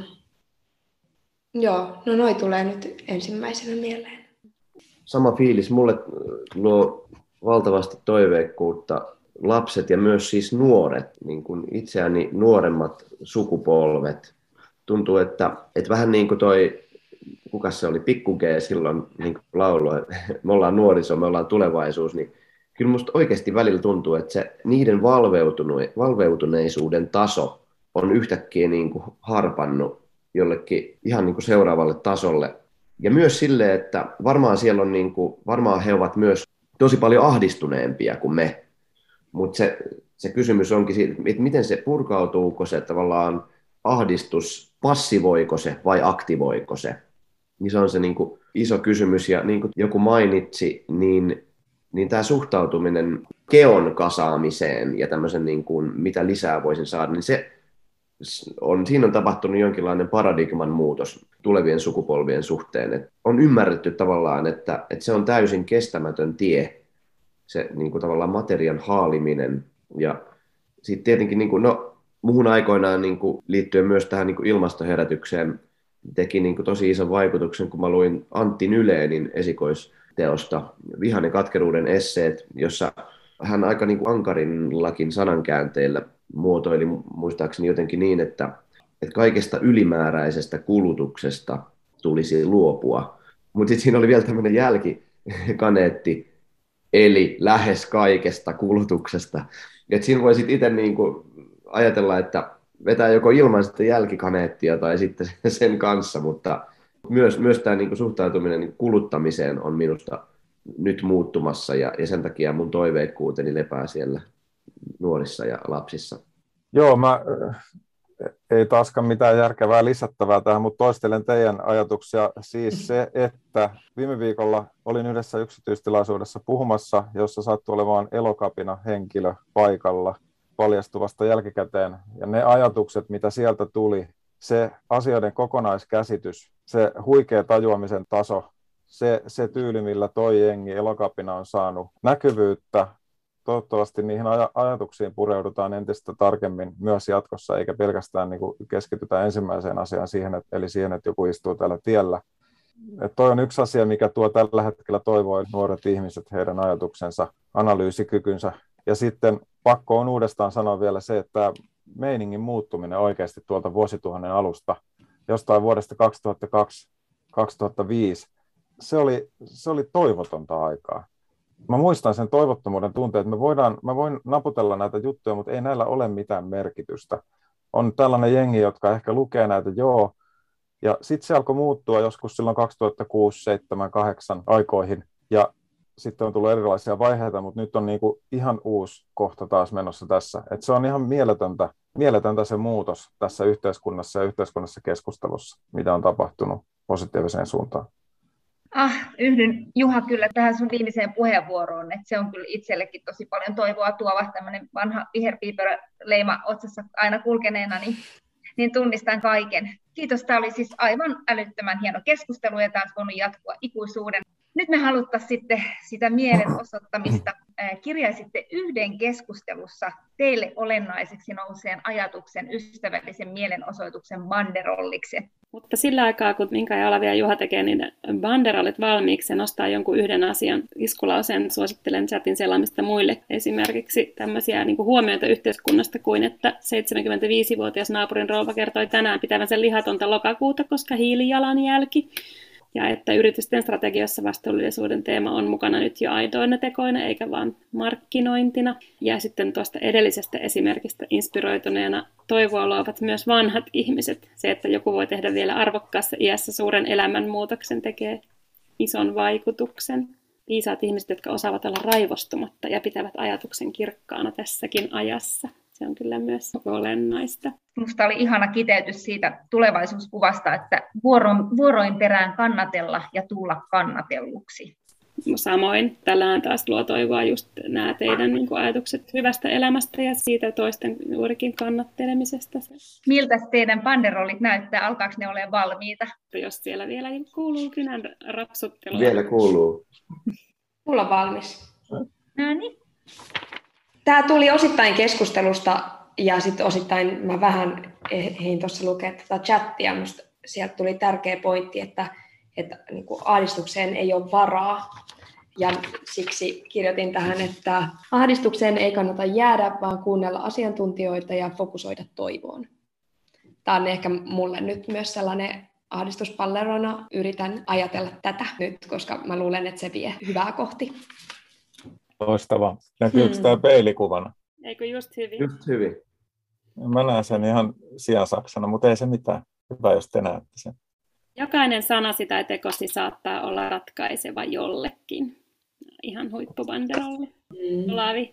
joo, no noi tulee nyt ensimmäisenä mieleen. Sama fiilis. Mulle luo valtavasti toiveikkuutta lapset ja myös siis nuoret, niin kuin itseäni nuoremmat sukupolvet. Tuntuu, että, että vähän niin kuin toi, kuka se oli, Pikku G silloin niin kuin lauloi, me ollaan nuoriso, me ollaan tulevaisuus, niin kyllä musta oikeasti välillä tuntuu, että se niiden valveutuneisuuden taso on yhtäkkiä niin kuin harpannut jollekin ihan niin kuin seuraavalle tasolle. Ja myös sille, että varmaan siellä on niin kuin, varmaan he ovat myös tosi paljon ahdistuneempia kuin me. Mutta se, se kysymys onkin siitä, että miten se purkautuuko se tavallaan ahdistus, passivoiko se vai aktivoiko se. Niin se on se niin kuin iso kysymys, ja niin kuin joku mainitsi, niin niin tämä suhtautuminen keon kasaamiseen ja tämmöisen, niin kuin, mitä lisää voisin saada, niin se on, siinä on tapahtunut jonkinlainen paradigman muutos tulevien sukupolvien suhteen. Et on ymmärretty tavallaan, että, että se on täysin kestämätön tie, se niin kuin, tavallaan materian haaliminen. Ja sitten tietenkin, niin kuin, no, muhun aikoinaan niin kuin, liittyen myös tähän niin kuin ilmastoherätykseen, teki niin kuin, tosi ison vaikutuksen, kun mä luin Antti Nyleenin esikois teosta Vihan katkeruuden esseet, jossa hän aika niin kuin ankarillakin sanankäänteillä muotoili muistaakseni jotenkin niin, että, että kaikesta ylimääräisestä kulutuksesta tulisi luopua. Mutta sitten siinä oli vielä tämmöinen jälkikaneetti, eli lähes kaikesta kulutuksesta. Et siinä voi sitten itse niin kuin ajatella, että vetää joko ilman sitten jälkikaneettia tai sitten sen kanssa, mutta Myös, myös tämä niin kuin suhtautuminen kuluttamiseen on minusta nyt muuttumassa, ja, ja sen takia mun toiveikkuuteni lepää siellä nuorissa ja lapsissa. Joo, mä ei taaskaan mitään järkevää lisättävää tähän, mutta toistelen teidän ajatuksia. Siis se, että viime viikolla olin yhdessä yksityistilaisuudessa puhumassa, jossa sattui olemaan Elokapina henkilö paikalla paljastuvasta jälkikäteen, ja ne ajatukset, mitä sieltä tuli, se asioiden kokonaiskäsitys, se huikea tajuamisen taso, se, se tyyli, millä toi jengi Elokapina on saanut näkyvyyttä. Toivottavasti niihin aj- ajatuksiin pureudutaan entistä tarkemmin myös jatkossa, eikä pelkästään niin kuin keskitytä ensimmäiseen asiaan siihen, että, eli siihen, että joku istuu täällä tiellä. Että toi on yksi asia, mikä tuo tällä hetkellä toivoa nuoret ihmiset, heidän ajatuksensa, analyysikykynsä. Ja sitten pakko on uudestaan sanoa vielä se, että meiningin muuttuminen oikeasti tuolta vuosituhannen alusta, jostain vuodesta kaksituhattakaksi kaksituhattaviisi, se oli, se oli toivotonta aikaa. Mä muistan sen toivottomuuden tunteen, että me voidaan, mä voin naputella näitä juttuja, mutta ei näillä ole mitään merkitystä. On tällainen jengi, jotka ehkä lukee näitä, joo, ja sitten se alkoi muuttua joskus silloin kaksituhattakuusi, seitsemän, kahdeksan aikoihin, ja sitten on tullut erilaisia vaiheita, mutta nyt on niinku ihan uusi kohta taas menossa tässä. Et se on ihan mieletöntä, mieletöntä se muutos tässä yhteiskunnassa ja yhteiskunnassa keskustelussa, mitä on tapahtunut positiiviseen suuntaan. Ah, yhdyn Juha kyllä tähän sun viimeiseen puheenvuoroon, että se on kyllä itsellekin tosi paljon toivoa tuova, tämmöinen vanha viherpiiperleima otsassa aina kulkeneena, niin, niin tunnistan kaiken. Kiitos, tämä oli siis aivan älyttömän hieno keskustelu ja tämä olisi voinut jatkua ikuisuuden. Nyt me haluttaisiin sitten sitä mielenosoittamista. Kirjaisitte yhden keskustelussa teille olennaiseksi nouseen ajatuksen ystävällisen mielenosoituksen banderolliksi. Mutta sillä aikaa, kun Minka ja Olavi ja Juha tekee niin banderollit valmiiksi ja nostaa jonkun yhden asian iskulauseen, suosittelen chatin selaamista muille. Esimerkiksi tämmöisiä niin kuin huomioita yhteiskunnasta kuin, että seitsemänkymmentäviisivuotias naapurin rouva kertoi tänään pitävänsä lihatonta lokakuuta, koska hiilijalanjälki. Ja että yritysten strategiassa vastuullisuuden teema on mukana nyt jo aitoina tekoina, eikä vaan markkinointina. Ja sitten tuosta edellisestä esimerkistä inspiroituneena toivoa luovat myös vanhat ihmiset. Se, että joku voi tehdä vielä arvokkaassa iässä suuren elämänmuutoksen, tekee ison vaikutuksen. Viisaat ihmiset, jotka osaavat olla raivostumatta ja pitävät ajatuksen kirkkaana tässäkin ajassa. Se on kyllä myös olennaista. Minusta oli ihana kiteytys siitä tulevaisuuskuvasta, että vuoroin, vuoroin perään kannatella ja tulla kannatelluksi. Samoin tällään taas luo toivoa just nämä teidän niin kuin ajatukset hyvästä elämästä ja siitä toisten juurikin kannattelemisesta. Miltä teidän banderollit näyttää? Alkaako ne olemaan valmiita? Jos siellä vielä kuuluu kynän rapsuttelu. Vielä kuuluu. Mulla on valmis. No niin. Tämä tuli osittain keskustelusta ja sitten osittain mä vähän ehdin tuossa lukea tätä chattia. Musta sieltä tuli tärkeä pointti, että, että niin kuin ahdistukseen ei ole varaa. Ja siksi kirjoitin tähän, että ahdistukseen ei kannata jäädä, vaan kuunnella asiantuntijoita ja fokusoida toivoon. Tämä on ehkä mulle nyt myös sellainen ahdistuspallerona. Yritän ajatella tätä nyt, koska mä luulen, että se vie hyvää kohti. Loistavaa. Näkyykö hmm. tämä peilikuvana? Eikö just hyvin? Just hyvin. Mä näen sen ihan siansaksana, mutta ei se mitään. Hyvä, jos te näette sen. Jokainen sana sitä tekosi saattaa olla ratkaiseva jollekin. Ihan huippubanderolle. Mm. Olavi?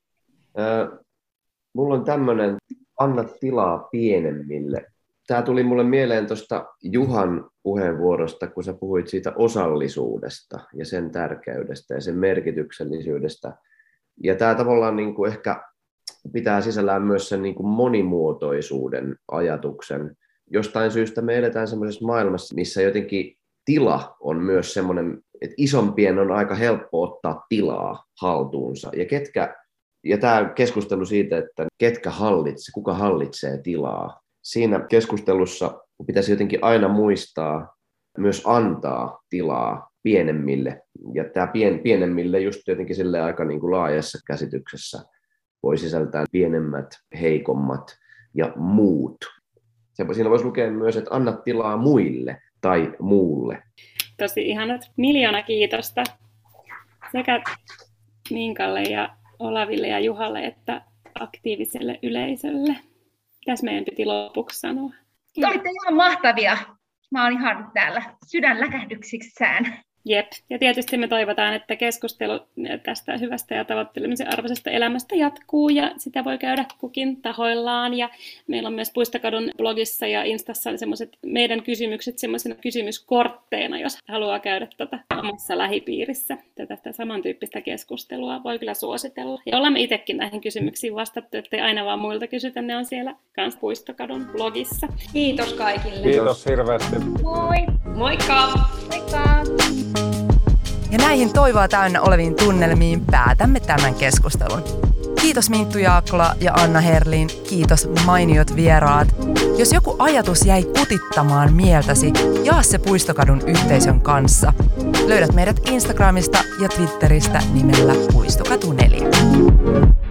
Äh, mulla on tämmöinen anna tilaa pienemmille. Tämä tuli mulle mieleen tuosta Juhan puheenvuorosta, kun sä puhuit siitä osallisuudesta ja sen tärkeydestä ja sen merkityksellisyydestä. Ja tämä tavallaan niin kuin ehkä pitää sisällään myös sen niin kuin monimuotoisuuden ajatuksen. Jostain syystä me eletään semmoisessa maailmassa, missä jotenkin tila on myös semmoinen, että isompien on aika helppo ottaa tilaa haltuunsa. Ja, ketkä, ja tämä keskustelu siitä, että ketkä hallitsee, kuka hallitsee tilaa. Siinä keskustelussa pitäisi jotenkin aina muistaa myös antaa tilaa pienemmille. Ja tämä pien, pienemmille just jotenkin sille aika niin kuin laajassa käsityksessä voi sisältää pienemmät, heikommat ja muut. Siinä voisi lukea myös, että anna tilaa muille tai muulle. Tosi ihanat. Miljoona kiitosta sekä Minkalle ja Olaville ja Juhalle että aktiiviselle yleisölle. Mitäs meidän piti lopuksi sanoa? Te olitte ihan mahtavia. Mä oon ihan täällä sydänläkähdyksiksään. Jep. Ja tietysti me toivotaan, että keskustelu tästä hyvästä ja tavoittelemisen arvoisesta elämästä jatkuu ja sitä voi käydä kukin tahoillaan. Ja meillä on myös Puistokadun blogissa ja Instassa semmoiset meidän kysymykset semmoisena kysymyskortteina, jos haluaa käydä tätä omassa lähipiirissä. Tätä samantyyppistä keskustelua voi kyllä suositella. Ja olemme itsekin näihin kysymyksiin vastattu, ettei aina vaan muilta kysytä. Ne on siellä kans Puistokadun blogissa. Kiitos kaikille. Kiitos hirveästi. Moi. Moikka. Moikka. Ja näihin toivoa täynnä oleviin tunnelmiin päätämme tämän keskustelun. Kiitos Minttu Jaakkola ja Anna Herlin. Kiitos mainiot vieraat. Jos joku ajatus jäi kutittamaan mieltäsi, jaa se Puistokadun yhteisön kanssa. Löydät meidät Instagramista ja Twitteristä nimellä Puistokatu neljä.